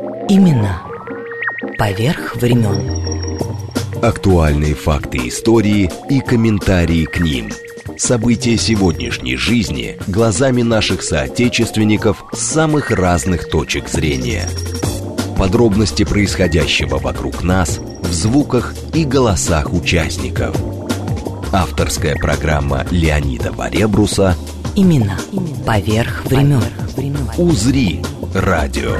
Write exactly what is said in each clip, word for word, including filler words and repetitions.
Имена поверх времен. Актуальные факты истории и комментарии к ним. События сегодняшней жизни глазами наших соотечественников с самых разных точек зрения. Подробности происходящего вокруг нас в звуках и голосах участников. Авторская программа Леонида Баребруса Имена поверх времен. «Узри радио».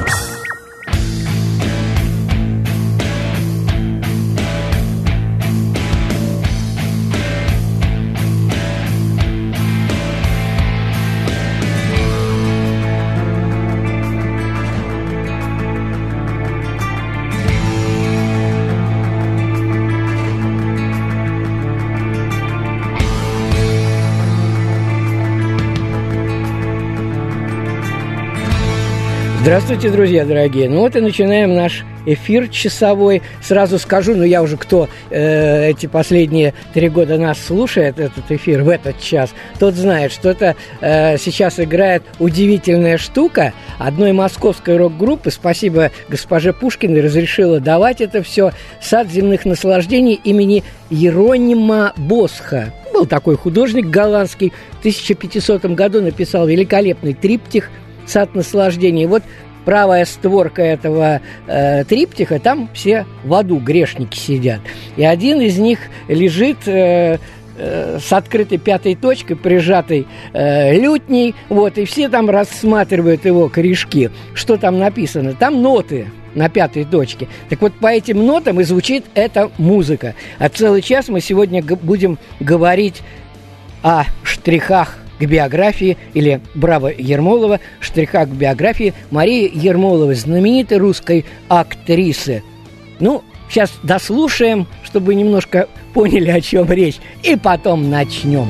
Здравствуйте, друзья дорогие. Ну вот и начинаем наш эфир часовой. Сразу скажу, ну я уже кто э, эти последние три года нас слушает, этот эфир в этот час, тот знает, что это э, сейчас играет удивительная штука одной московской рок-группы. Спасибо госпоже Пушкиной, разрешила давать это все. «Сад земных наслаждений» имени Иеронима Босха. Был такой художник голландский. В тысяча пятисотом году написал великолепный триптих «Сад наслаждений». Вот правая створка этого э, триптиха, там все в аду грешники сидят. И один из них лежит э, э, с открытой пятой точкой, прижатой э, лютней, вот, и все там рассматривают его корешки. Что там написано? Там ноты на пятой точке. Так вот, по этим нотам и звучит эта музыка. А целый час мы сегодня г- будем говорить о штрихах к биографии, или «Браво Ермолова», штрихах к биографии Марии Ермоловой, знаменитой русской актрисы. Ну, сейчас дослушаем, чтобы немножко поняли, о чем речь, и потом начнем.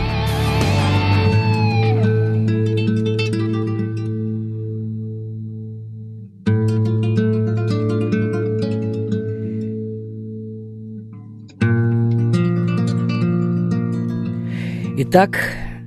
Итак,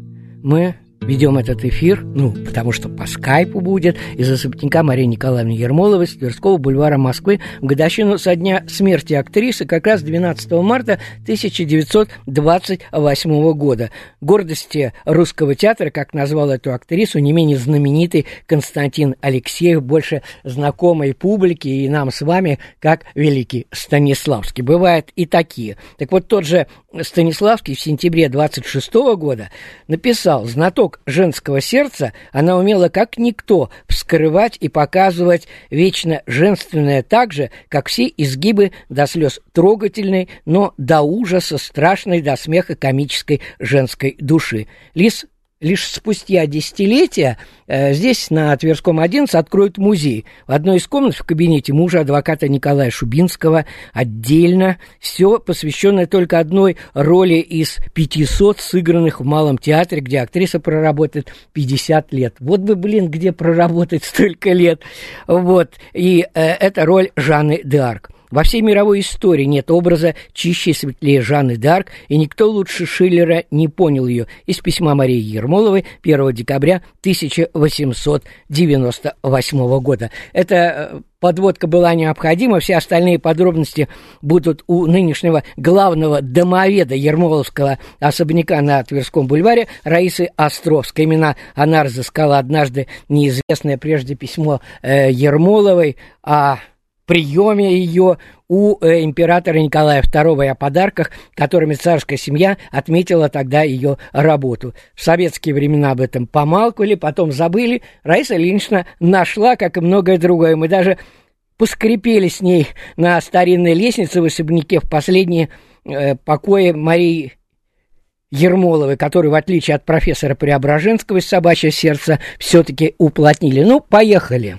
мы ведем этот эфир, ну, потому что по скайпу будет, из особняка Марии Николаевны Ермоловой с Тверского бульвара Москвы в годовщину со дня смерти актрисы, как раз двенадцатого марта тысяча девятьсот двадцать восьмого года. Гордости русского театра, как назвал эту актрису, не менее знаменитый Константин Алексеев, больше знакомой публике и нам с вами, как великий Станиславский. Бывают и такие. Так вот, тот же Станиславский в сентябре двадцать шестого года написал: «Знаток женского сердца, она умела как никто вскрывать и показывать вечно женственное так же, как все изгибы до слез трогательной, но до ужаса страшной, до смеха комической женской души». Лис Лишь спустя десятилетия э, здесь, на Тверском одиннадцать, откроют музей. В одной из комнат в кабинете мужа, адвоката Николая Шубинского, отдельно все посвященное только одной роли из пятисот, сыгранных в Малом театре, где актриса проработает пятьдесят лет. Вот бы, блин, где проработать столько лет. Вот. И э, это роль Жанны д'Арк. Во всей мировой истории нет образа чище и светлее Жанны д'Арк, и никто лучше Шиллера не понял ее. Из письма Марии Ермоловой первого декабря тысяча восемьсот девяносто восьмого года. Эта подводка была необходима, все остальные подробности будут у нынешнего главного домоведа Ермоловского особняка на Тверском бульваре Раисы Островской. Именно она разыскала однажды неизвестное прежде письмо э, Ермоловой о приеме ее у э, императора Николая второго и о подарках, которыми царская семья отметила тогда ее работу. В советские времена об этом помалкивали, потом забыли. Раиса Ильинична нашла, как и многое другое. Мы даже поскрипели с ней на старинной лестнице в особняке в последние э, покои Марии Ермоловой, которую, в отличие от профессора Преображенского из «Собачье сердце», все-таки уплотнили. Ну, поехали.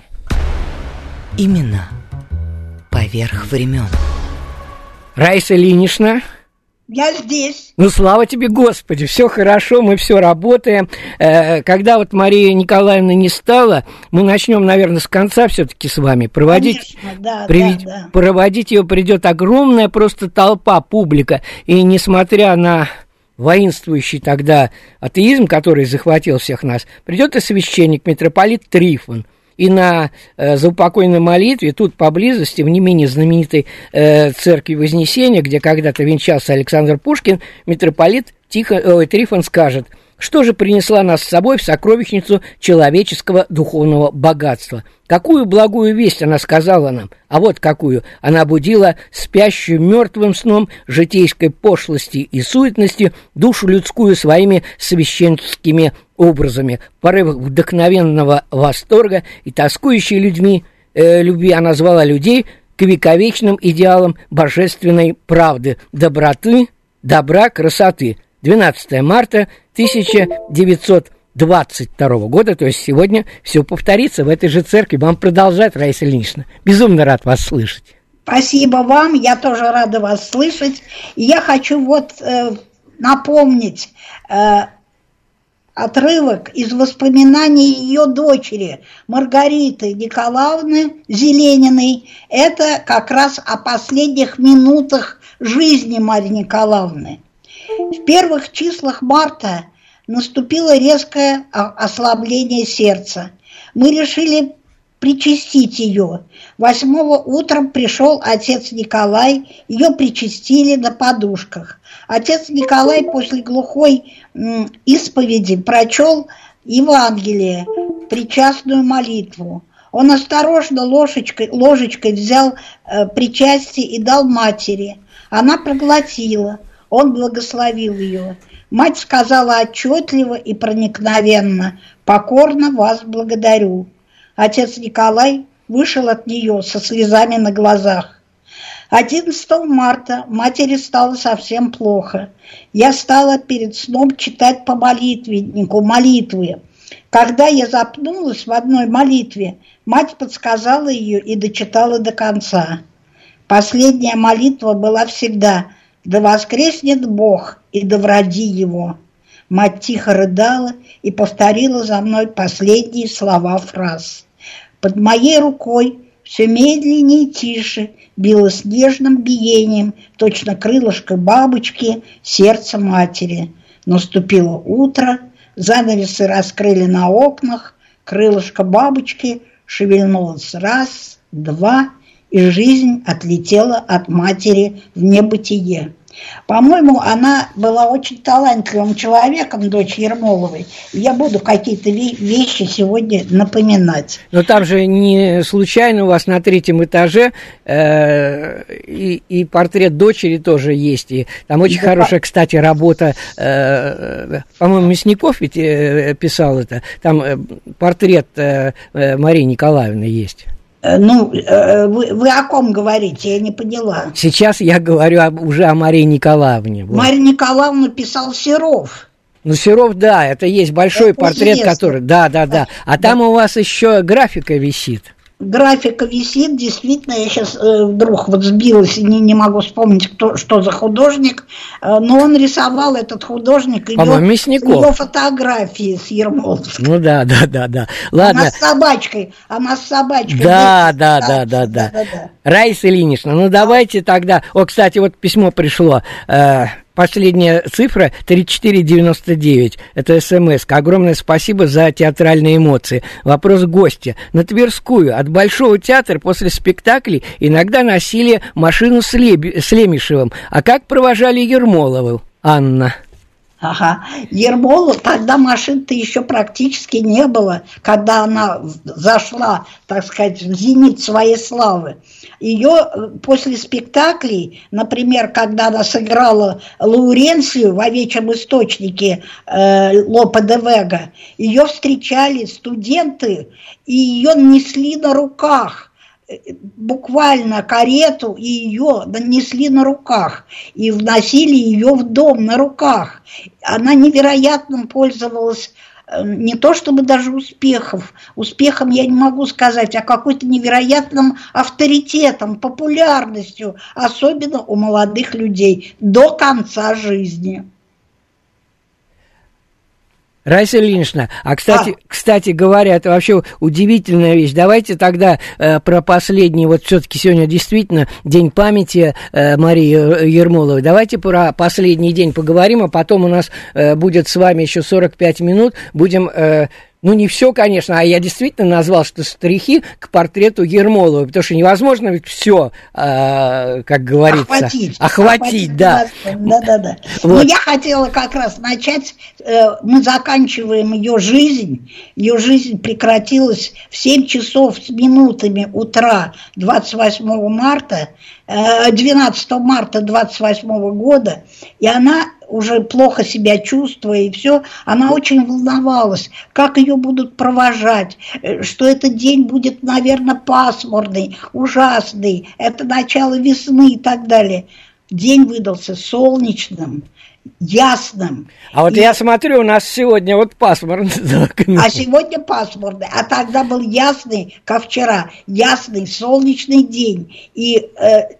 Имена поверх времен. Раиса Ильинична. Я здесь. Ну, слава тебе, Господи, все хорошо, мы все работаем. Когда вот Мария Николаевна не стала, мы начнем, наверное, с конца все-таки с вами проводить. Конечно, да, привед... да, да. Проводить ее придет огромная просто толпа, публика. И несмотря на воинствующий тогда атеизм, который захватил всех нас, придет и священник, митрополит Трифон. и на э, заупокойной молитве тут поблизости, в не менее знаменитой э, церкви Вознесения, где когда-то венчался Александр Пушкин, митрополит Тихо, э, Трифон скажет: что же принесла нас с собой в сокровищницу человеческого духовного богатства? Какую благую весть она сказала нам? А вот какую. Она будила спящую мертвым сном житейской пошлости и суетности душу людскую своими священскими образами. В порывах вдохновенного восторга и тоскующей людьми, э, любви она звала людей к вековечным идеалам божественной правды, доброты, добра, красоты. двенадцатое марта тысяча девятьсот двадцать второго года, то есть сегодня все повторится в этой же церкви. Вам продолжать, Раиса Ильинична. Безумно рад вас слышать. Спасибо вам, я тоже рада вас слышать. И я хочу вот э, напомнить э, отрывок из воспоминаний ее дочери Маргариты Николаевны Зелениной. Это как раз о последних минутах жизни Марии Николаевны. В первых числах марта наступило резкое ослабление сердца. Мы решили причастить ее. Восьмого утром пришел отец Николай, ее причастили на подушках. Отец Николай после глухой м, исповеди прочел Евангелие, причастную молитву. Он осторожно ложечкой, ложечкой взял э, причастие и дал матери. Она проглотила. Он благословил ее. Мать сказала отчетливо и проникновенно: «Покорно вас благодарю». Отец Николай вышел от нее со слезами на глазах. одиннадцатого марта матери стало совсем плохо. Я стала перед сном читать по молитвеннику молитвы. Когда я запнулась в одной молитве, мать подсказала ее и дочитала до конца. Последняя молитва была всегда: «Да воскреснет Бог, и да вради Его». Мать тихо рыдала и повторила за мной последние слова фраз. Под моей рукой все медленнее и тише било с нежным биением, точно крылышко бабочки, сердце матери. Наступило утро, занавесы раскрыли на окнах, крылышко бабочки шевельнулось раз, два, и жизнь отлетела от матери в небытие. По-моему, она была очень талантливым человеком, дочь Ермоловой. Я буду какие-то вещи сегодня напоминать. Но там же не случайно у вас на третьем этаже э, и, и портрет дочери тоже есть. И там очень да, хорошая, кстати, работа. Э, по-моему, Мясников ведь э, писал это. Там э, портрет э, Марии Николаевны есть. Ну, вы, вы о ком говорите? Я не поняла. Сейчас я говорю об, уже о Марии Николаевне. Вот. Марию Николаевну писал Серов. Ну, Серов, да, это есть большой это портрет, известно. Который... Да, да, да. А да. Там у вас еще графика висит. Графика висит, действительно, я сейчас э, вдруг вот сбилась, не, не могу вспомнить, кто, что за художник, э, но он рисовал, этот художник, ее, ее фотографии с Ермоловской. Ну да, да, да, да. Ладно. Она с собачкой, она с собачкой. Да, да, да, да, да, да. Раиса Ильинична, ну давайте тогда, о, кстати, вот письмо пришло, э, последняя цифра тридцать четыре девяносто девять. Это смс. Огромное спасибо за театральные эмоции. Вопрос гостя. На Тверскую от Большого театра после спектаклей иногда носили машину с, Леб... с Лемешевым. А как провожали Ермолову, Анна? Ага. Ермолов, тогда машин-то еще практически не было, когда она зашла, так сказать, в зенит своей славы. Ее после спектаклей, например, когда она сыграла Лауренцию в «Овечьем источнике» э, Лопе де Вега, ее встречали студенты и ее несли на руках. Буквально карету и ее нанесли на руках и вносили ее в дом на руках. Она невероятно пользовалась не то чтобы даже успехов, успехом я не могу сказать, а какой-то невероятным авторитетом, популярностью, особенно у молодых людей до конца жизни. Раиса Ильинична, а кстати, а. кстати говоря, это вообще удивительная вещь. Давайте тогда э, про последний, вот все-таки сегодня действительно День памяти э, Марии Ермоловой. Давайте про последний день поговорим, а потом у нас э, будет с вами еще сорок пять минут. Будем э, Ну, не все, конечно, а я действительно назвал, что штрихи к портрету Ермоловой, потому что невозможно ведь все, э, как говорится, охватить. Охватить, охватить да. Да-да-да. Вот. Но я хотела как раз начать, э, мы заканчиваем ее жизнь, ее жизнь прекратилась в семь часов с минутами утра двадцать восьмого марта, э, двенадцатого марта двадцать восьмого года, и она уже плохо себя чувствуя и все, она очень волновалась, как ее будут провожать, что этот день будет, наверное, пасмурный, ужасный, это начало весны и так далее. День выдался солнечным, ясным. А вот и... я смотрю, у нас сегодня вот пасмурный. А сегодня пасмурный, а тогда был ясный, как вчера, ясный солнечный день. И э,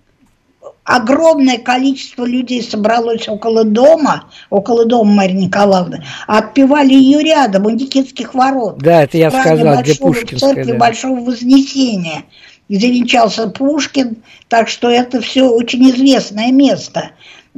огромное количество людей собралось около дома, около дома Марии Николаевны, отпевали ее рядом, у Никитских ворот. Да, это я сказал, где Пушкинская. В церкви да. Большого Вознесения, где венчался Пушкин, так что это все очень известное место.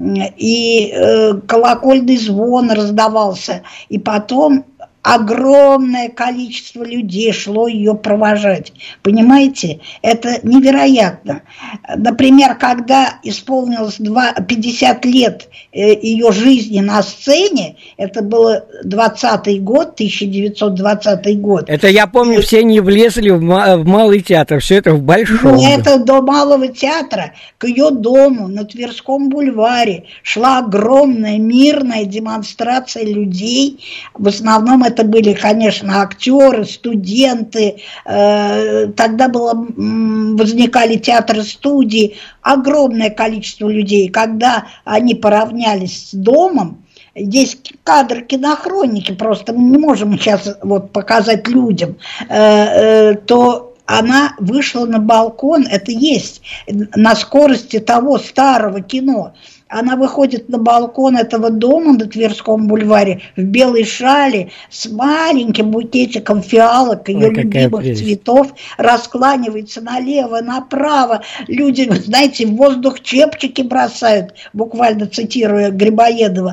И э, колокольный звон раздавался, и потом огромное количество людей шло ее провожать. Понимаете? Это невероятно. Например, когда исполнилось пятьдесят лет ее жизни на сцене, это был двадцатый год, тысяча девятьсот двадцатый год. Это я помню, все не влезли в Малый театр, все это в Большом. Ну, это до Малого театра, к ее дому на Тверском бульваре шла огромная мирная демонстрация людей. В основном это были, конечно, актеры, студенты. Тогда было, возникали театры-студии. Огромное количество людей. Когда они поравнялись с домом, здесь кадры кинохроники, просто мы не можем сейчас вот показать людям, то она вышла на балкон, это есть на скорости того старого кино. Она выходит на балкон этого дома на Тверском бульваре в белой шали с маленьким букетиком фиалок, ее Ой, любимых прелесть. Цветов, раскланивается налево, направо. Люди, знаете, в воздух чепчики бросают, буквально цитируя Грибоедова.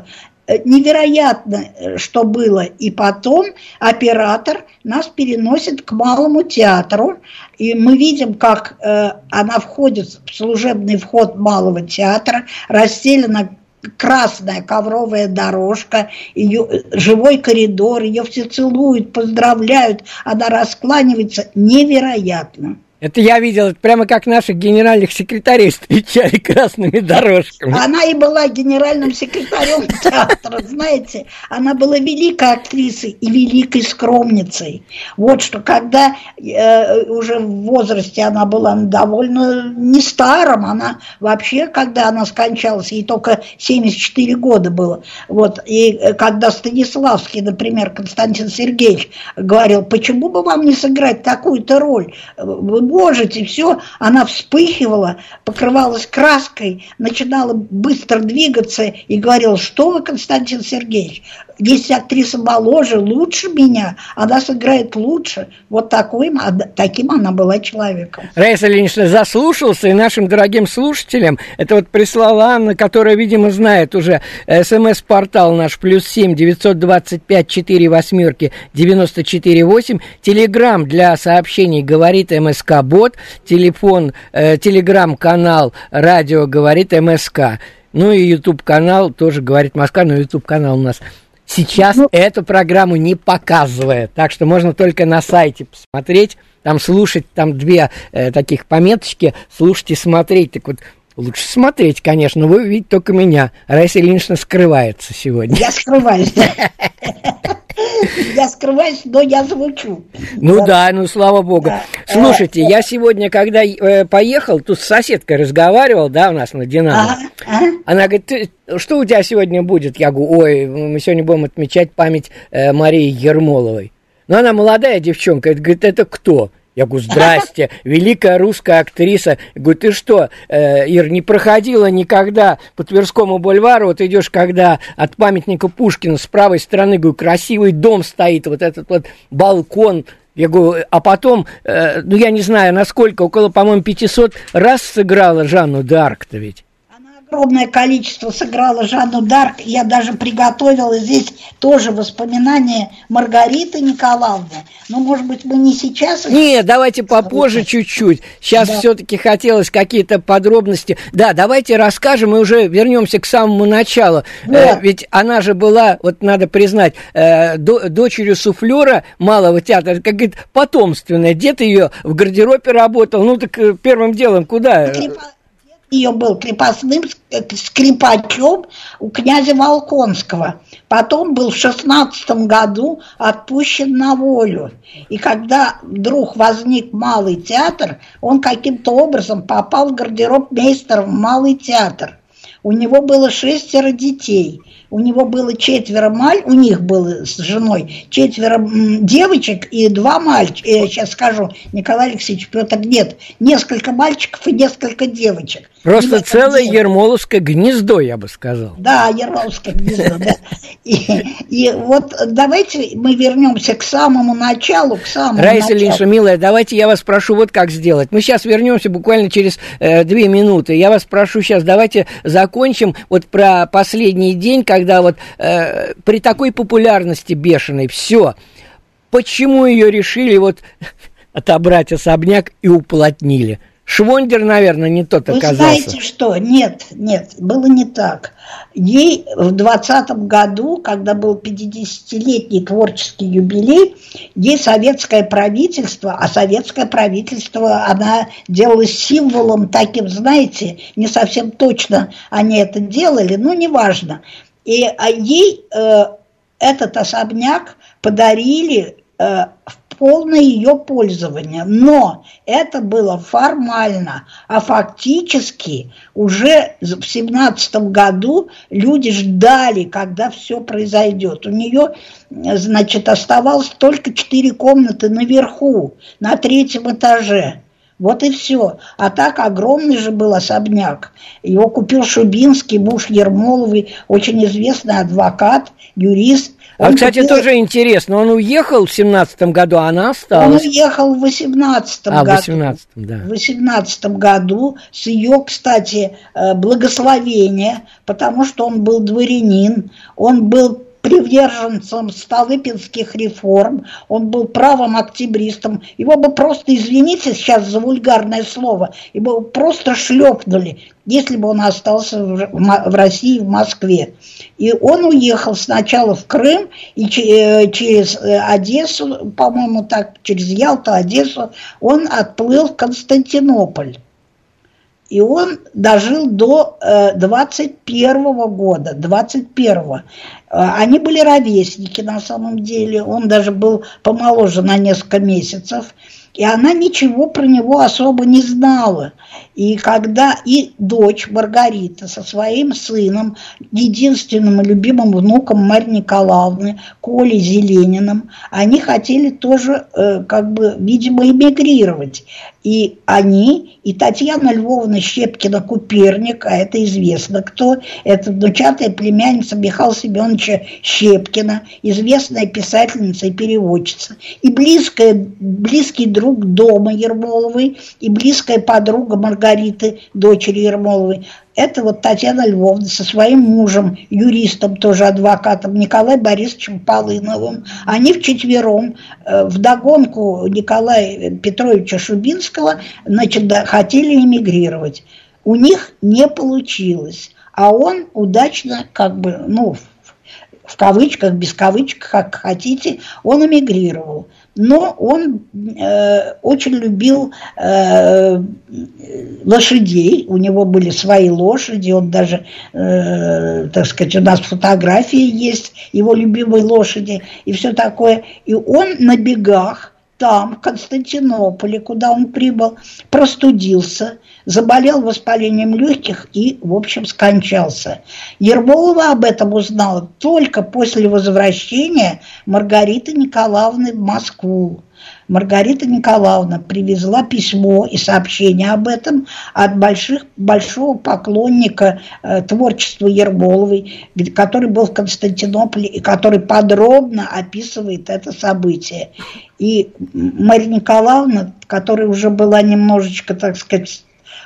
Невероятно, что было. И потом оператор нас переносит к Малому театру, и мы видим, как э, она входит в служебный вход Малого театра, расстелена красная ковровая дорожка, ее живой коридор, ее все целуют, поздравляют, она раскланивается невероятно. Это я видел, это прямо как наших генеральных секретарей встречали красными дорожками. Она и была генеральным секретарем театра, знаете. Она была великой актрисой и великой скромницей. Вот что, когда э, уже в возрасте она была довольно не старом, она вообще, когда она скончалась, ей только семьдесят четыре года было. Вот, и когда Станиславский, например, Константин Сергеевич говорил, почему бы вам не сыграть такую-то роль? Вы можете, все, она вспыхивала, покрывалась краской, начинала быстро двигаться и говорила, что вы, Константин Сергеевич, есть актриса моложе, лучше меня, она сыграет лучше. Вот такой, таким она была человеком. Раиса Ильинична, заслушался, и нашим дорогим слушателям, это вот прислала Анна, которая, видимо, знает уже смс-портал наш, плюс семь девятьсот двадцать пять четыре восьмерки девяносто четыре восемь, телеграм для сообщений говорит МСК-бот, телефон, э, телеграм-канал радио говорит МСК, ну и ютуб-канал тоже говорит Москва, но ютуб-канал у нас сейчас ну, эту программу не показывает, так что можно только на сайте посмотреть, там слушать, там две э, таких пометочки, слушать и смотреть, так вот лучше смотреть, конечно, но вы видите только меня, Раиса Ильинична скрывается сегодня. Я скрываюсь, я скрываюсь, но я звучу. Ну да, ну слава богу. Слушайте, я сегодня, когда поехал, тут с соседкой разговаривал, да, у нас на Динамо, она говорит, что у тебя сегодня будет? Я говорю, ой, мы сегодня будем отмечать память э, Марии Ермоловой. Но она молодая девчонка, говорит, это кто? Я говорю, здрасте, великая русская актриса. Я говорю, ты что, э, Ир, не проходила никогда по Тверскому бульвару, вот идешь, когда от памятника Пушкина с правой стороны, говорю, красивый дом стоит, вот этот вот балкон. Я говорю, а потом, э, ну я не знаю, насколько, около, по-моему, пятьсот раз сыграла Жанну д'Арк-то ведь. Она огромное количество сыграла Жанну д'Арк. Я даже приготовила здесь тоже воспоминания Маргариты Николаевны. Но, может быть, мы не сейчас... Нет, давайте попозже чуть-чуть. Сейчас да. все-таки хотелось какие-то подробности. Да, давайте расскажем и уже вернемся к самому началу. Вот. Э, ведь она же была, вот надо признать, э, до, дочерью суфлера Малого театра, как говорит, потомственная. Дед ее в гардеробе работал. Ну, так первым делом куда... Ее был крепостным скрипачом у князя Волконского. Потом был в шестнадцатом году отпущен на волю. И когда вдруг возник Малый театр, он каким-то образом попал в гардероб мейстера в Малый театр. У него было шестеро детей. У него было четверо мальчиков, у них было с женой четверо девочек и два мальчика. Я сейчас скажу, Николай Алексеевич, Петр, нет, несколько мальчиков и несколько девочек. Просто целое Ермоловское гнездо, я бы сказал. Да, Ермоловское гнездо, да. И, и вот давайте мы вернемся к самому началу, к самому Раиса началу. Ильинична, милая, давайте я вас прошу вот как сделать. Мы сейчас вернемся буквально через э, две минуты. Я вас прошу сейчас, давайте закончим вот про последний день, когда вот э, при такой популярности бешеной все, почему ее решили вот отобрать особняк и уплотнили? Швондер, наверное, не тот оказался. Вы знаете что? Нет, нет, было не так. Ей в двадцатом году, когда был пятидесятилетний творческий юбилей, ей советское правительство, а советское правительство, она делалась символом таким, знаете, не совсем точно они это делали, но неважно. И а ей э, этот особняк подарили э, в полное ее пользование, но это было формально, а фактически уже в семнадцатом году люди ждали, когда все произойдет. У нее, значит, оставалось только четыре комнаты наверху, на третьем этаже. Вот и все. А так огромный же был особняк. Его купил Шубинский, муж Ермоловой, очень известный адвокат, юрист. А, он кстати, купил... тоже интересно, он уехал в семнадцатом году, а она осталась? Он уехал в восемнадцатом а, году. в восемнадцатом, да. В восемнадцатом году с ее, кстати, благословения, потому что он был дворянин, он был приверженцем столыпинских реформ, он был правым октябристом. Его бы просто, извините сейчас за вульгарное слово, его просто шлепнули, если бы он остался в России, в Москве. И он уехал сначала в Крым и через Одессу, по-моему, так, через Ялту, Одессу, он отплыл в Константинополь. И он дожил до двадцать первого года, двадцать первого. Они были ровесники на самом деле, он даже был помоложе на несколько месяцев. И она ничего про него особо не знала. И когда и дочь Маргарита со своим сыном, единственным и любимым внуком Марьи Николаевны, Колей Зелениным, они хотели тоже, э, как бы, видимо, эмигрировать. И они, и Татьяна Львовна Щепкина-Куперник, а это известно кто, это внучатая племянница Михаила Семеновича Щепкина, известная писательница и переводчица, и близкая, близкий друг дома Ермоловой, и близкая подруга Маргариты, дочери Ермоловой. Это вот Татьяна Львовна со своим мужем, юристом, тоже адвокатом, Николаем Борисовичем Полыновым. Они вчетвером э, вдогонку Николая Петровича Шубинского, значит, да, хотели эмигрировать. У них не получилось. А он удачно, как бы, ну, в, в кавычках, без кавычек, как хотите, он эмигрировал. Но он э, очень любил э, лошадей, у него были свои лошади, он даже, э, так сказать, у нас фотографии есть его любимой лошади и все такое. И он на бегах там, в Константинополе, куда он прибыл, простудился, заболел воспалением легких и, в общем, скончался. Ермолова об этом узнала только после возвращения Маргариты Николаевны в Москву. Маргарита Николаевна привезла письмо и сообщение об этом от больших, большого поклонника э, творчества Ермоловой, который был в Константинополе и который подробно описывает это событие. И Марья Николаевна, которая уже была немножечко, так сказать,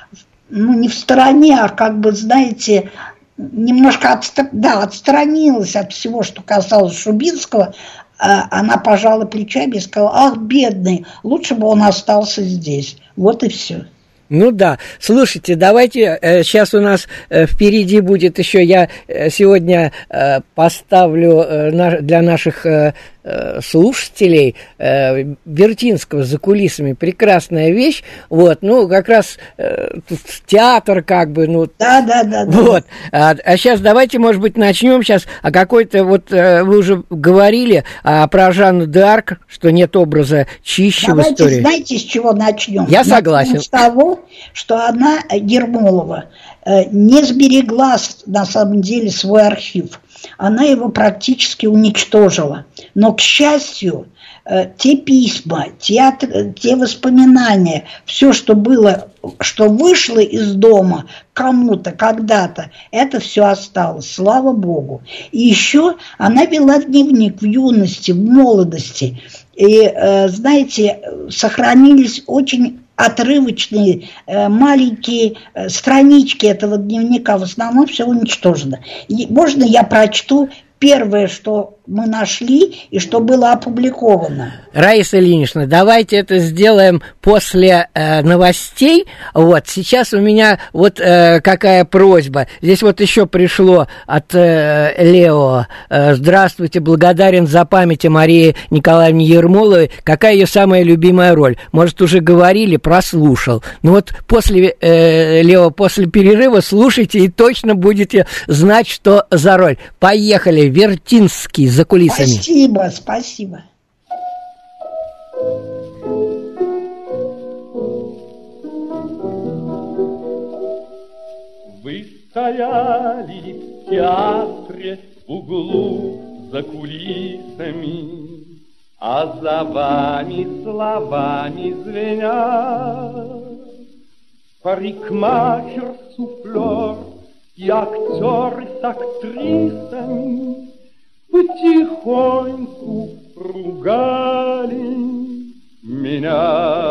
ну, не в стороне, а как бы, знаете, немножко отстр... да, отстранилась от всего, что касалось Шубинского. Она пожала плечами и сказала: ах, бедный, лучше бы он остался здесь. Вот и все. Ну да, слушайте, давайте, э, сейчас у нас э, впереди будет еще, я э, сегодня э, поставлю э, на, для наших э, э, слушателей э, Вертинского «За кулисами», прекрасная вещь, вот, ну, как раз э, тут театр как бы, ну... Да, да, да. Вот, да. А, а сейчас давайте, может быть, начнем сейчас, а какой-то, вот, э, вы уже говорили а, про Жанну д'Арк, что нет образа чище давайте, в истории. Знаете, с чего начнем? Я согласен. Начнем с того, что она, Ермолова, не сберегла на самом деле свой архив. Она его практически уничтожила. Но, к счастью, те письма, те, те воспоминания, все, что было, что вышло из дома кому-то, когда-то, это все осталось, слава Богу. И еще она вела дневник в юности, в молодости. И, знаете, сохранились очень отрывочные э, маленькие э, странички этого дневника, в основном все уничтожено. И можно я прочту первое, что мы нашли и что было опубликовано? Раиса Ильинична, давайте это сделаем после э, новостей. Вот, сейчас у меня вот э, какая просьба. Здесь вот еще пришло от э, Лео. Э, Здравствуйте, благодарен за память о Марии Николаевне Ермоловой. Какая ее самая любимая роль? Может, уже говорили, прослушал. Ну вот после, э, Лео, после перерыва слушайте и точно будете знать, что за роль. Поехали, Вертинский «За кулисами». Спасибо, спасибо. Вы стояли в театре в углу за кулисами, а за вами словами звенят парикмахер, суфлер и актеры с актрисами потихоньку ругали меня.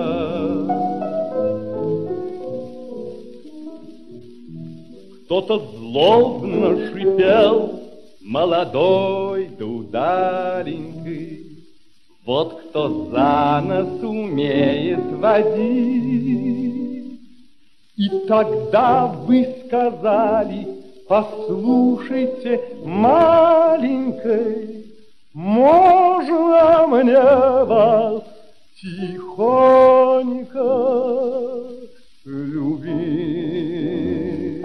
Кто-то злобно шипел, молодой да удаленький, вот кто за нос умеет водить. И тогда вы сказали: послушайте, маленькой, можно мне вас тихонько любить?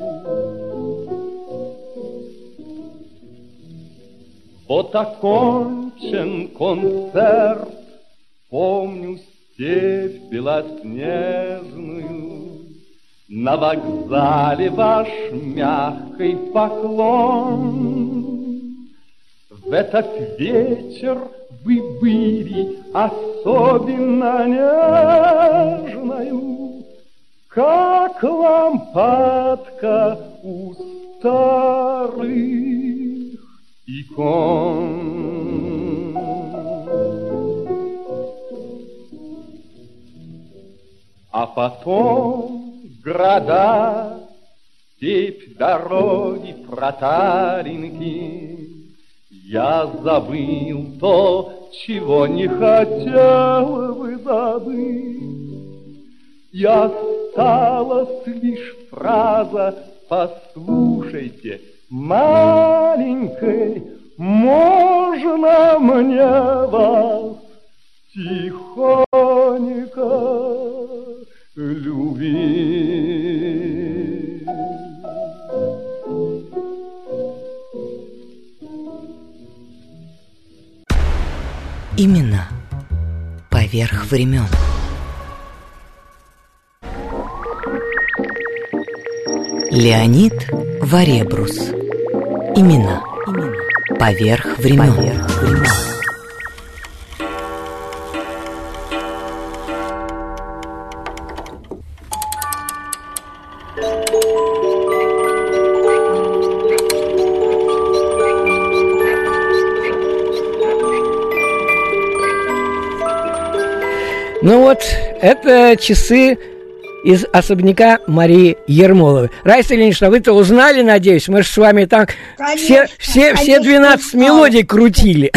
Вот окончен концерт, помню степь белоснежную, на вокзале ваш мягкий поклон. В этот вечер вы были особенно нежною, как лампадка у старых икон. А потом города, степь, дороги, проталинки, я забыл то, чего не хотел бы забыть. И осталась лишь фраза: послушайте, маленькой, можно мне вас тихонько любить? Именно поверх времен. Леонид Варебрус. Именно поверх времен. Поверх времен. Ну вот, это часы из особняка Марии Ермоловой. Раиса Ильинична, вы-то узнали, надеюсь? Мы же с вами так конечно, все, все, все двенадцать мелодий крутили.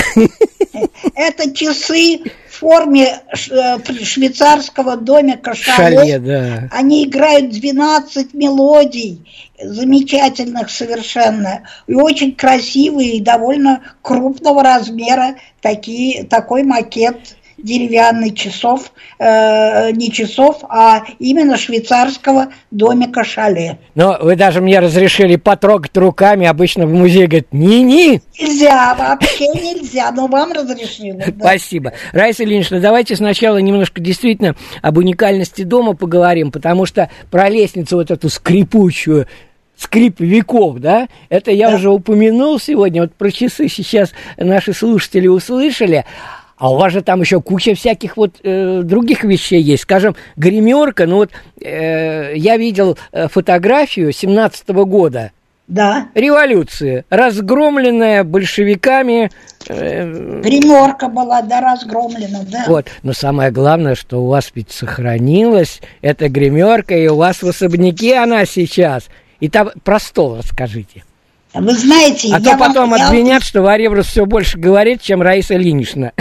Это часы в форме швейцарского домика Шале. Шале, да. Они играют двенадцать мелодий, замечательных совершенно, и очень красивые, и довольно крупного размера, такие, такой макет деревянных часов, э, не часов, а именно швейцарского домика Шале. Но вы даже мне разрешили потрогать руками, обычно в музее говорят, ни-ни. Нельзя, вообще нельзя, но вам разрешили. Да. Спасибо. Раиса Ильинична, давайте сначала немножко действительно об уникальности дома поговорим, потому что про лестницу вот эту скрипучую, скрип веков, да, это я да. уже упомянул сегодня, вот про часы сейчас наши слушатели услышали. А у вас же там еще куча всяких вот э, других вещей есть. Скажем, гримерка, ну вот э, я видел э, фотографию семнадцатого года. Да. Революции, разгромленная большевиками. Э, гримерка была, да, разгромлена, да. Вот, но самое главное, что у вас ведь сохранилась эта гримерка, и у вас в особняке она сейчас. И там про стол расскажите. Вы знаете, а я то потом вам, обвинят, я... что Варебрус все больше говорит, чем Раиса Ильинична.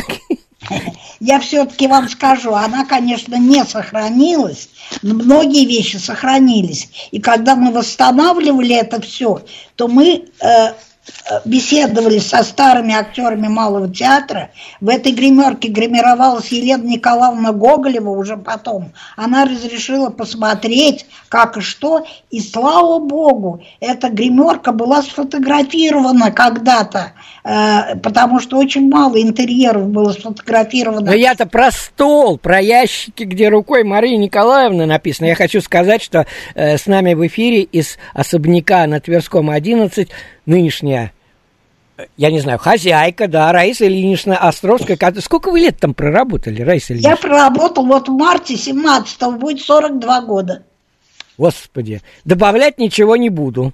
Я все-таки вам скажу, она, конечно, не сохранилась, но многие вещи сохранились. И когда мы восстанавливали это все, то мы э, беседовали со старыми актерами Малого театра. В этой гримерке гримировалась Елена Николаевна Гоголева уже потом. Она разрешила посмотреть, как и что. И слава богу, эта гримерка была сфотографирована когда-то, э, потому что очень мало интерьеров было сфотографировано. Но я-то про стол, про ящики, где рукой Марии Николаевны написано. Я хочу сказать, что э, с нами в эфире из особняка на Тверском одиннадцать нынешняя, я не знаю, хозяйка, да, Раиса Ильинична Островская. Сколько вы лет там проработали, Раиса Ильинична? Я проработал, вот в марте семнадцатого будет сорок два года. Господи, добавлять ничего не буду.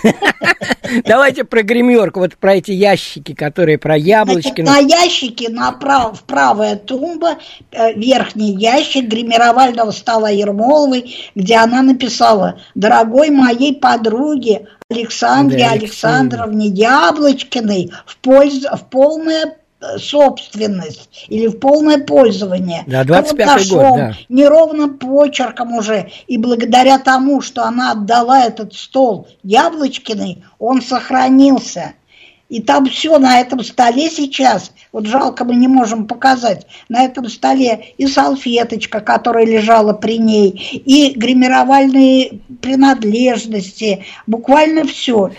Давайте про гримерку, вот про эти ящики, которые про яблочки. Значит, на ящике, направо, в правая тумба, верхний ящик гримировального стола Ермоловой, где она написала: «Дорогой моей подруге Александре да, Александровне Яблочкиной в, пользу, в полное собственность или в полное пользование». Да, двадцать пятый год, да. Неровным почерком уже. И благодаря тому, что она отдала этот стол Яблочкиной, он сохранился. И там все на этом столе сейчас, вот жалко, мы не можем показать, на этом столе и салфеточка, которая лежала при ней, и гримировальные принадлежности, буквально все.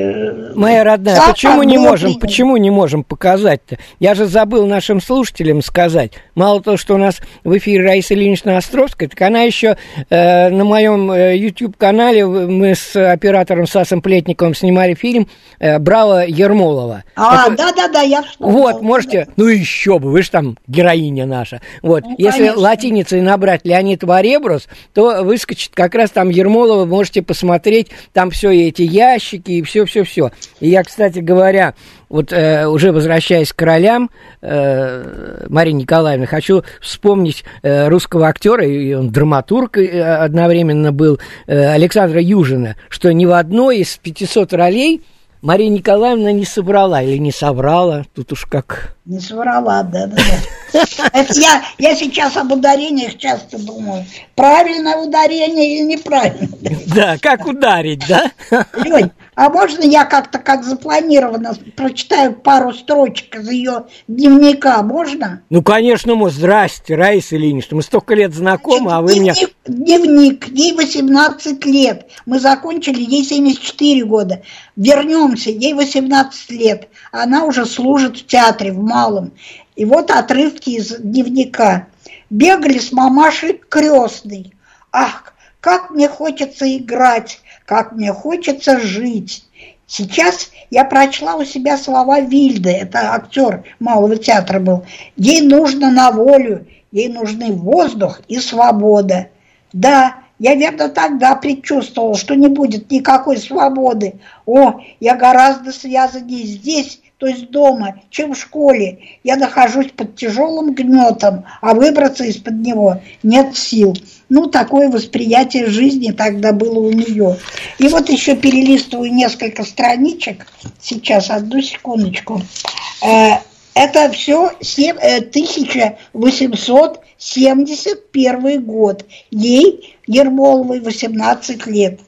Моя родная, Сахар почему не можем, почему не можем показать-то? Я же забыл нашим слушателям сказать. Мало того, что у нас в эфире Раиса Ильинична Островская, так она еще э, на моем э, YouTube-канале, мы с оператором Сасом Плетниковым снимали фильм э, «Браво, Ермолова». А, да-да-да, я вспомнила. Вот, можете, ну еще бы, вы же там героиня наша. Вот, ну, если конечно. Латиницей набрать Леонид Варебрус, то выскочит как раз там Ермолова, можете посмотреть, там все эти ящики и все-все-все. И я, кстати говоря, вот э, уже возвращаясь к королям, э, Марии Николаевны, хочу вспомнить э, русского актера, и он драматург э, одновременно был, э, Александра Южина, что ни в одной из пятисот ролей Мария Николаевна не собрала или не соврала, тут уж как... Не соврала, да-да-да. Это я, я сейчас об ударениях часто думаю. Правильное ударение или неправильное? Да, как ударить, да? Лёнь, а можно я как-то, как запланировано, прочитаю пару строчек из ее дневника, можно? Ну, конечно, мы. Здрасте, Раиса Ильинична, мы столько лет знакомы, а вы дневник, меня... Дневник, ей восемнадцать лет, мы закончили, ей семьдесят четыре года. Вернемся, ей восемнадцать лет, она уже служит в театре, в Малом. И вот отрывки из дневника. Бегали с мамашей крестной. Ах, как мне хочется играть, как мне хочется жить. Сейчас я прочла у себя слова Вильды, это актер Малого театра был. Ей нужно на волю, ей нужны воздух и свобода. Да, я, верно, тогда предчувствовала, что не будет никакой свободы. О, я гораздо связаннее здесь, то есть дома, чем в школе. Я нахожусь под тяжелым гнетом, а выбраться из-под него нет сил. Ну, такое восприятие жизни тогда было у нее. И вот еще перелистываю несколько страничек. Сейчас, одну секундочку. Это все тысяча восемьсот семьдесят первый год. Ей, Ермоловой, восемнадцать лет.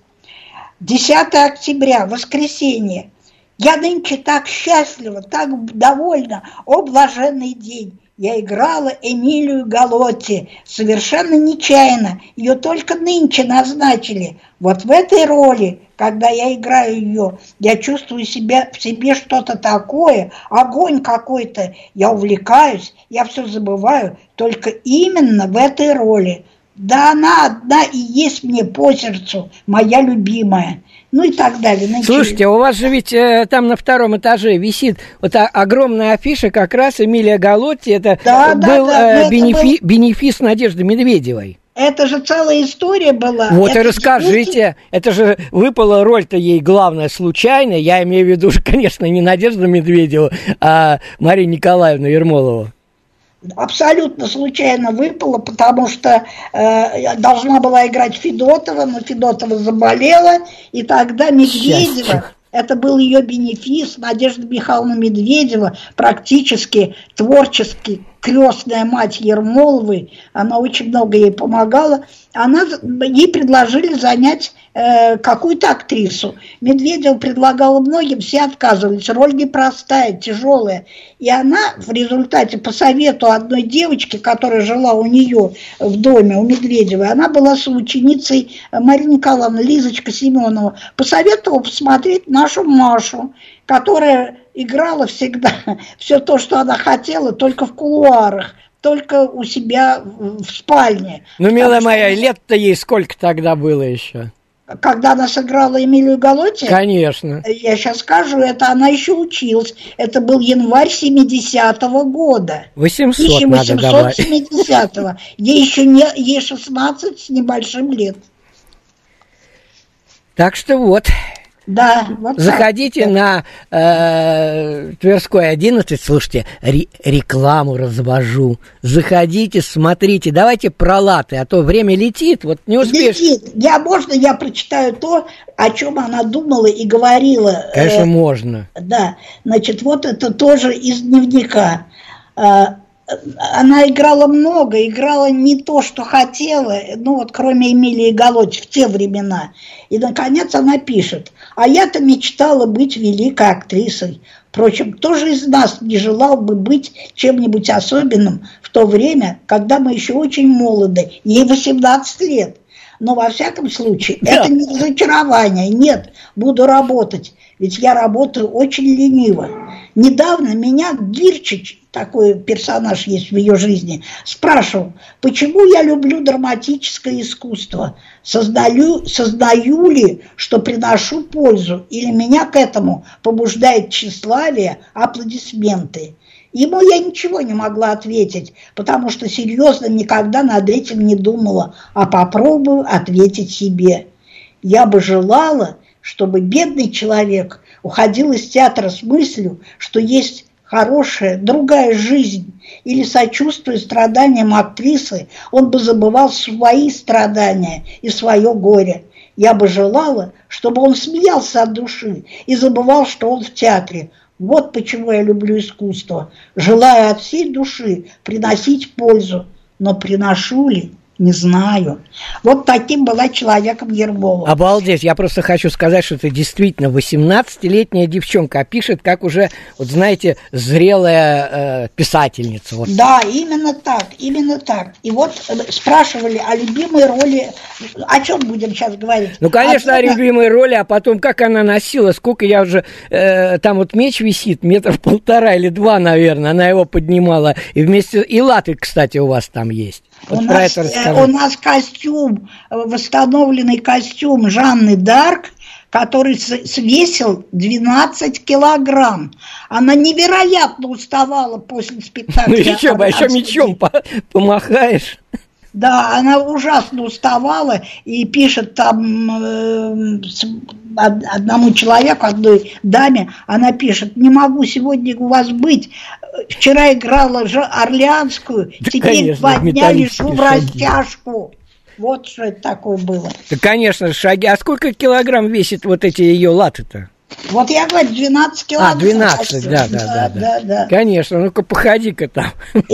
десятого октября, воскресенье. Я нынче так счастлива, так довольна, о блаженный день. Я играла Эмилию Галотти, совершенно нечаянно, ее только нынче назначили. Вот в этой роли, когда я играю ее, я чувствую себя, в себе что-то такое, огонь какой-то, я увлекаюсь, я все забываю, только именно в этой роли. Да она одна и есть мне по сердцу, моя любимая. Ну и так далее. Значит, слушайте, у вас же ведь э, там на втором этаже висит вот а, огромная афиша, как раз Эмилия Галотти, это да, был да, да, э, бенефи, был... бенефис Надежды Медведевой. Это же целая история была. Вот это и расскажите, это же выпала роль-то ей главная случайно, я имею в виду, конечно, не Надежду Медведеву, а Марию Николаевну Ермолову. Абсолютно случайно выпало, потому что э, должна была играть Федотова, но Федотова заболела, и тогда Медведева, счастье. Это был ее бенефис, Надежда Михайловна Медведева, практически творчески крестная мать Ермоловой, она очень много ей помогала, она, ей предложили занять э, какую-то актрису. Медведева предлагала многим, все отказывались, роль непростая, тяжелая. И она в результате, по совету одной девочки, которая жила у нее в доме, у Медведевой, она была соученицей Марии Николаевны, Лизочка Семенова, посоветовала посмотреть нашу Машу, которая играла всегда все то, что она хотела, только в кулуарах, только у себя в спальне. Ну, милая что... моя, лет-то ей сколько тогда было еще? Когда она сыграла Эмилию Галотти? Конечно. Я сейчас скажу, это она еще училась. Это был январь семидесятого года. восемьсот тысяча восемьсот семидесятого. Ей еще не, ей шестнадцать с небольшим лет. Так что вот... Да, вот заходите так. на э, Тверской одиннадцать, слушайте, ре- рекламу развожу. Заходите, смотрите, давайте про латы, а то время летит, вот не успеешь. Летит. Я, можно я прочитаю то, о чем она думала и говорила? Конечно, э, можно. Да, значит, вот это тоже из дневника. Она играла много, играла не то, что хотела, ну вот кроме Эмилии Галотти в те времена. И, наконец, она пишет: «А я-то мечтала быть великой актрисой. Впрочем, кто же из нас не желал бы быть чем-нибудь особенным в то время, когда мы еще очень молоды, ей восемнадцать лет? Но, во всяком случае, это не разочарование. Нет, буду работать, ведь я работаю очень лениво. Недавно меня Гирчич, такой персонаж есть в ее жизни, спрашивал, почему я люблю драматическое искусство, сознаю, сознаю ли, что приношу пользу, или меня к этому побуждает тщеславие, аплодисменты. Ему я ничего не могла ответить, потому что серьезно никогда над этим не думала, а попробую ответить себе. Я бы желала, чтобы бедный человек уходил из театра с мыслью, что есть хорошая другая жизнь, или, сочувствуя страданиям актрисы, он бы забывал свои страдания и свое горе. Я бы желала, чтобы он смеялся от души и забывал, что он в театре. Вот почему я люблю искусство. Желаю от всей души приносить пользу, но приношу ли? Не знаю. Вот таким была человеком Ермолова. Обалдеть, я просто хочу сказать, что это действительно восемнадцатилетняя девчонка, а пишет, как уже, вот знаете, зрелая э, писательница. Вот. Да, именно так, именно так. И вот спрашивали о любимой роли, о чем будем сейчас говорить? Ну, конечно, о, о любимой роли, а потом, как она носила, сколько я уже, э, там вот меч висит, метров полтора или два, наверное, она его поднимала, и вместе, и латы, кстати, у вас там есть. Вот у, нас, у нас костюм, восстановленный костюм Жанны Дарк, который свесил двенадцать килограмм. Она невероятно уставала после спектакля. Ну еще бы, а еще мечом помахаешь. Да, она ужасно уставала и пишет там э, одному человеку, одной даме, она пишет: не могу сегодня у вас быть, вчера играла же Орлеанскую, да, теперь конечно, два дня лежу в растяжку. Вот что это такое было. Да, конечно, шаги. А сколько килограмм весит вот эти ее латы-то? Вот я говорю, двенадцать килограмм. А, двенадцать, да, да, да, да, да, да. Конечно, ну-ка походи-ка там.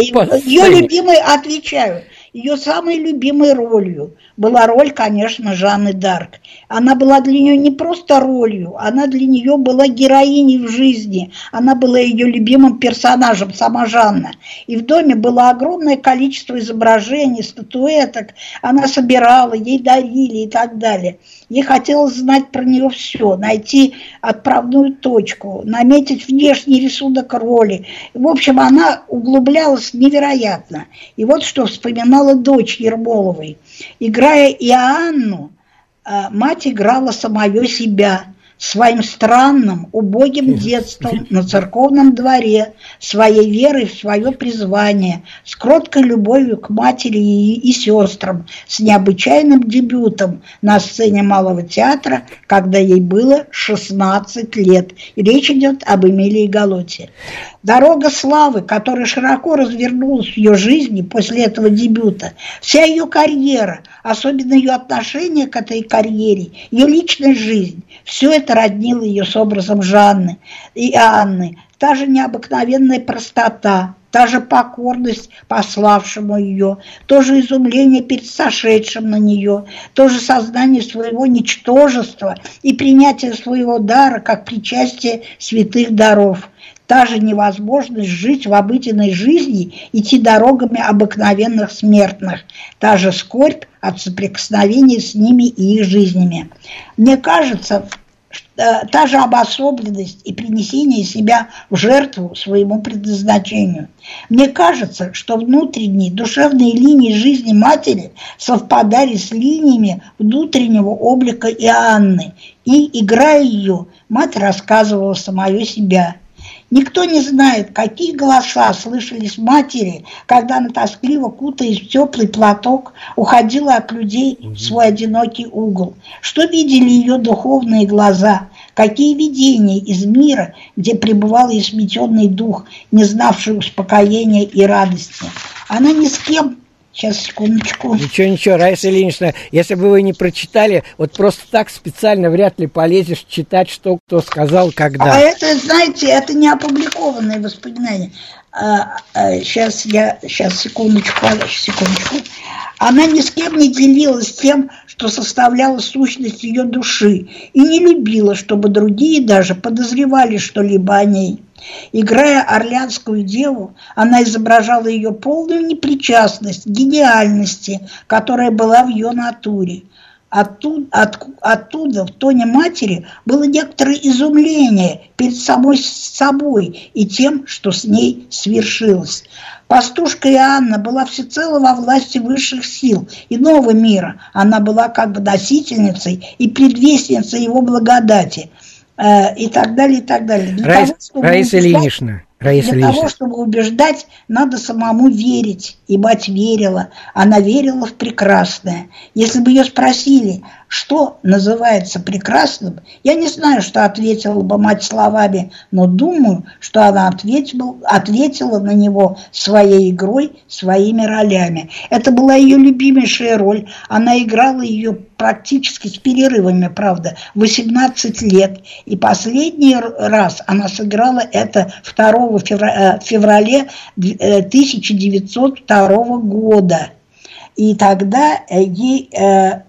Ее любимой, отвечаю, ее самой любимой ролью была роль, конечно, Жанны д'Арк. Она была для нее не просто ролью, она для нее была героиней в жизни. Она была ее любимым персонажем, сама Жанна. И в доме было огромное количество изображений, статуэток. Она собирала, ей дарили и так далее. Ей хотелось знать про нее все, найти отправную точку, наметить внешний рисунок роли. В общем, она углублялась невероятно. И вот что вспоминала дочь Ермоловой. Играя Иоанну, мать играла самое себя, своим странным, убогим детством на церковном дворе, своей верой в свое призвание, с кроткой любовью к матери и, и сестрам, с необычайным дебютом на сцене Малого театра, когда ей было шестнадцать лет. И речь идет об Эмилии Галотти. Дорога славы, которая широко развернулась в ее жизни после этого дебюта, вся ее карьера, особенно ее отношение к этой карьере, ее личная жизнь, все это роднило ее с образом Жанны и Анны. Та же необыкновенная простота, та же покорность пославшему ее, то же изумление перед сошедшим на нее, то же сознание своего ничтожества и принятие своего дара как причастие святых даров. Та же невозможность жить в обыденной жизни, идти дорогами обыкновенных смертных. Та же скорбь от соприкосновения с ними и их жизнями. Мне кажется, та же обособленность и принесение себя в жертву своему предназначению. Мне кажется, что внутренние душевные линии жизни матери совпадали с линиями внутреннего облика Иоанны. И, играя ее, мать рассказывала самое себя. Никто не знает, какие голоса слышались матери, когда она, тоскливо кутаясь в теплый платок, уходила от людей в свой одинокий угол. Что видели ее духовные глаза, какие видения из мира, где пребывал и сметенный дух, не знавший успокоения и радости. Она ни с кем... Сейчас, секундочку. Ничего, ничего, Раиса Ильинична, если бы вы не прочитали, вот просто так специально вряд ли полезешь читать, что кто сказал, когда. А это, знаете, это не опубликованные воспоминания. А, а, сейчас я, сейчас, секундочку, секундочку. Она ни с кем не делилась тем, что составляло сущность ее души, и не любила, чтобы другие даже подозревали что-либо о ней. Играя орлеанскую деву, она изображала ее полную непричастность к гениальности, которая была в ее натуре. Оттуда, от, оттуда в тоне матери было некоторое изумление перед самой собой и тем, что с ней свершилось. Пастушка Иоанна была всецело во власти высших сил иного мира. Она была как бы носительницей и предвестницей его благодати. И так далее, и так далее. Для Раис, того, чтобы Раиса убеждать, Ильинична, Раиса для Ильинична. того, чтобы убеждать, надо самому верить. И мать верила. Она верила в прекрасное. Если бы ее спросили, что называется прекрасным, я не знаю, что ответила бы мать словами, но думаю, что она ответила, ответила на него своей игрой, своими ролями. Это была ее любимейшая роль. Она играла ее практически с перерывами, правда, восемнадцать лет. И последний раз она сыграла это второго февраля тысяча девятьсот второго года. И тогда ей э,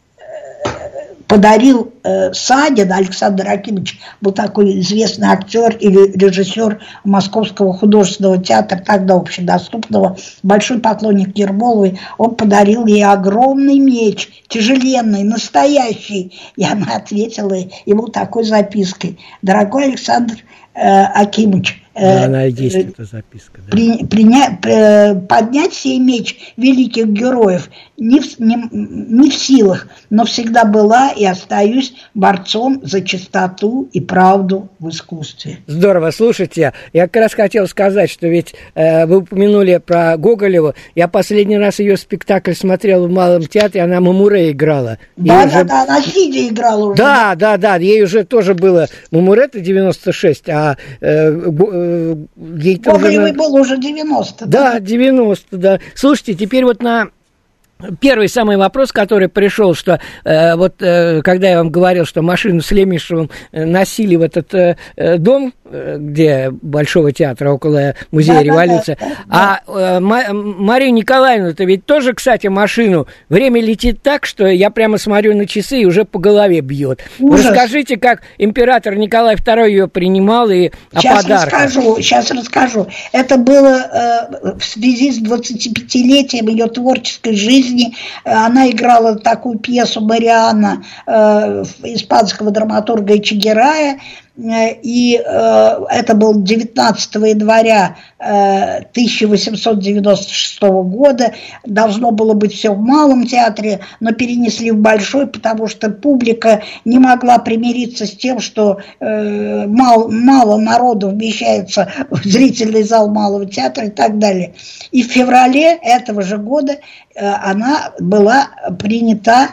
подарил э, Садин, Александр Акимович, был такой известный актер или режиссер Московского художественного театра, тогда общедоступного, большой поклонник Ермоловой. Он подарил ей огромный меч, тяжеленный, настоящий. И она ответила ему такой запиской: «Дорогой Александр э, Акимович, Да, она есть, эта записка. Да. При, приня, э, поднять сей меч великих героев не в, не, не в силах, но всегда была и остаюсь борцом за чистоту и правду в искусстве. Здорово, слушайте, я как раз хотел сказать, что ведь э, вы упомянули про Гоголеву. Я последний раз ее спектакль смотрел в Малом театре, она Мамуре играла. Да, ей да, уже... да, она сидя играла уже. Да, да, да, ей уже тоже было Мамуре-то девяносто шесть, а э, э, ей-то Гоголевой уже... было уже девяносто. Да, да, девяносто, да. Слушайте, теперь вот на... Первый самый вопрос, который пришел, что э, вот э, когда я вам говорил, что машину с Лемешевым носили в этот э, дом, э, где Большого театра, около музея да, революции, да, да, а э, Марию Николаевну-то ведь тоже, кстати, машину, время летит так, что я прямо смотрю на часы и уже по голове бьет. Расскажите, как император Николай второй ее принимал и о сейчас подарках. Расскажу, сейчас расскажу. Это было э, в связи с двадцатипятилетием ее творческой жизни. Она играла такую пьесу «Марианна» э, испанского драматурга Эчегерая, и э, это был девятнадцатого января э, тысяча восемьсот девяносто шестого года. Должно было быть все в Малом театре, но перенесли в Большой, потому что публика не могла примириться с тем, что э, мало, мало народу вмещается в зрительный зал Малого театра и так далее. И в феврале этого же года э, она была принята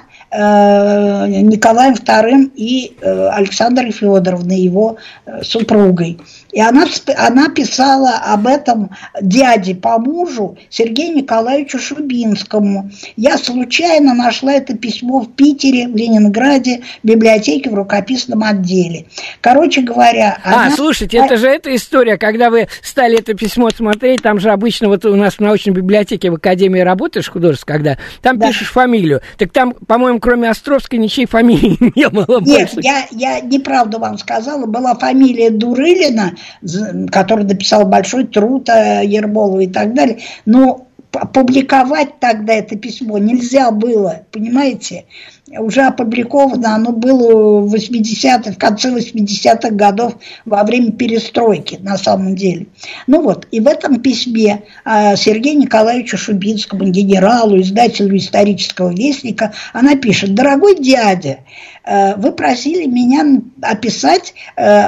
Николаем вторым и Александрой Федоровной, его супругой. И она, она писала об этом дяде по мужу Сергею Николаевичу Шубинскому. Я случайно нашла это письмо в Питере, в Ленинграде, в библиотеке в рукописном отделе. Короче говоря... А, она... слушайте, это же эта история, когда вы стали это письмо смотреть, там же обычно вот у нас в научной библиотеке в Академии работаешь художественной, когда там да. пишешь фамилию, так там, по-моему, кроме Островской ничьей фамилии не было больше. Нет, я, я неправду вам сказала. Была фамилия Дурылина, который написал большой труд о Ермолову и так далее. Но публиковать тогда это письмо нельзя было, понимаете? Уже опубликовано оно было в восьмидесятых, в конце восьмидесятых годов во время перестройки, на самом деле. Ну вот, и в этом письме Сергею Николаевичу Шубинскому, генералу, издателю исторического вестника, она пишет: «Дорогой дядя, вы просили меня описать,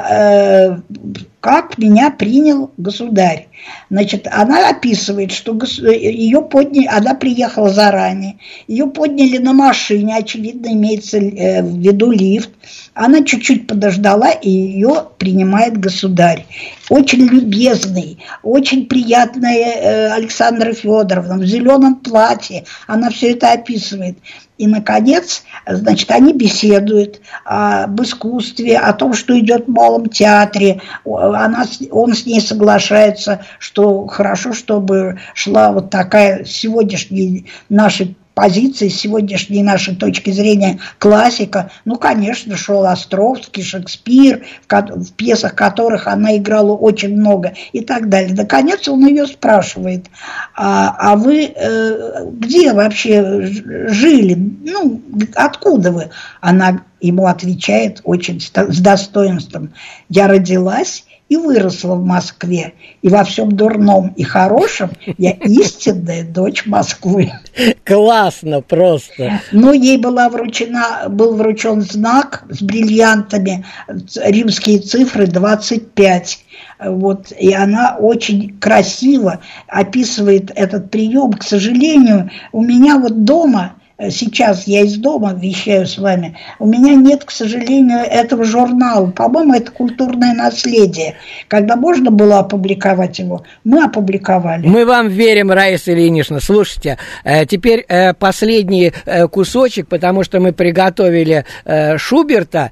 как меня принял государь. Значит, она описывает, что ее подняли, она приехала заранее, ее подняли на машине, очевидно, имеется в виду лифт. Она чуть-чуть подождала, и ее принимает государь. Очень любезный, очень приятная Александра Федоровна в зеленом платье. Она все это описывает. И, наконец, значит, они беседуют об искусстве, о том, что идет в Малом театре. Она, он с ней соглашается, что хорошо, чтобы шла вот такая сегодняшняя наша позиции, с сегодняшней нашей точки зрения, классика. Ну, конечно, шел Островский, Шекспир, в, в пьесах которых она играла очень много и так далее. Наконец он ее спрашивает: а, а вы э, где вообще жили? Ну, откуда вы? Она ему отвечает очень с достоинством: я родилась и выросла в Москве, и во всем дурном и хорошем я истинная дочь Москвы. Классно просто. Ну, ей была вручена, был вручен знак с бриллиантами, римские цифры двадцать пять. Вот, и она очень красиво описывает этот прием. К сожалению, у меня вот дома, сейчас я из дома вещаю с вами, у меня нет, к сожалению, этого журнала. По-моему, это культурное наследие. Когда можно было опубликовать его, мы опубликовали. Мы вам верим, Раиса Ильинична. Слушайте, теперь последний кусочек, потому что мы приготовили Шуберта.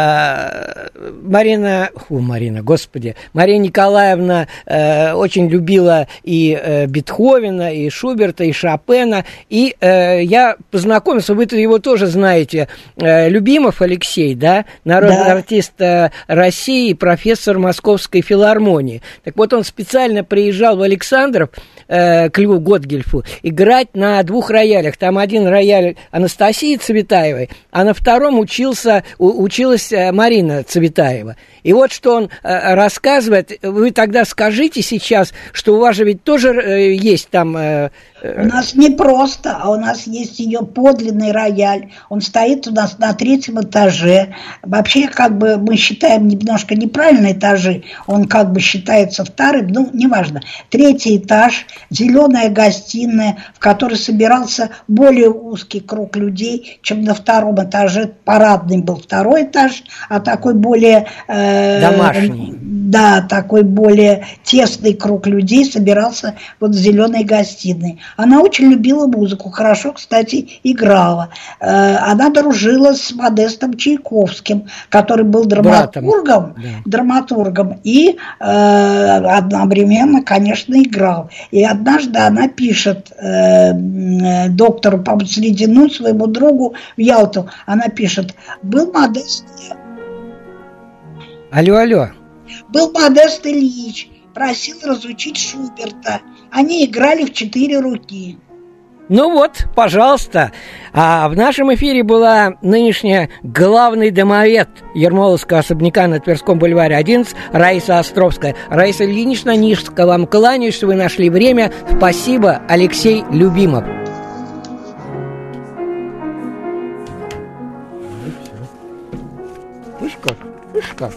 Марина, фу, Марина, господи, Мария Николаевна очень любила и Бетховена, и Шуберта, и Шопена, и я познакомился, вы-то его тоже знаете, Любимов Алексей, да, народный да. артист России, профессор Московской филармонии. Так вот, он специально приезжал в Александров, э, к Льву Готгельфу играть на двух роялях. Там один рояль Анастасии Цветаевой, а на втором учился, у, училась Марина Цветаева. И вот что он э, рассказывает. Вы тогда скажите сейчас, что у вас же ведь тоже э, есть там... Э, э... У нас не просто, а у нас есть ее подлинный рояль. Он стоит у нас на третьем этаже. Вообще, как бы мы считаем немножко неправильно этажи. Он как бы считается вторым, ну, неважно. Третий этаж, зеленая гостиная, в которой собирался более узкий круг людей, чем на втором этаже. Парадный был второй этаж, а такой более... Э, домашний. Да, такой более тесный круг людей собирался вот в зеленой гостиной. Она очень любила музыку, хорошо, кстати, играла. Э, она дружила с Модестом Чайковским, который был драматургом, да. драматургом и э, одновременно, конечно, играл. И однажды она пишет э, доктору, по-моему, Средину, своему другу в Ялту, она пишет: был Модест... Алло, алло. Был Модест Ильич, просил разучить Шуберта. Они играли в четыре руки. Ну вот, пожалуйста. А в нашем эфире была нынешняя главный домовед Ермоловского особняка на Тверском бульваре одиннадцать Раиса Островская. Раиса Ильинична, низко вам кланяюсь, что вы нашли время. Спасибо, Алексей Любимов. Слышь как? Слышь как?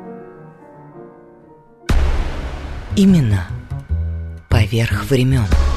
Имена поверх времен.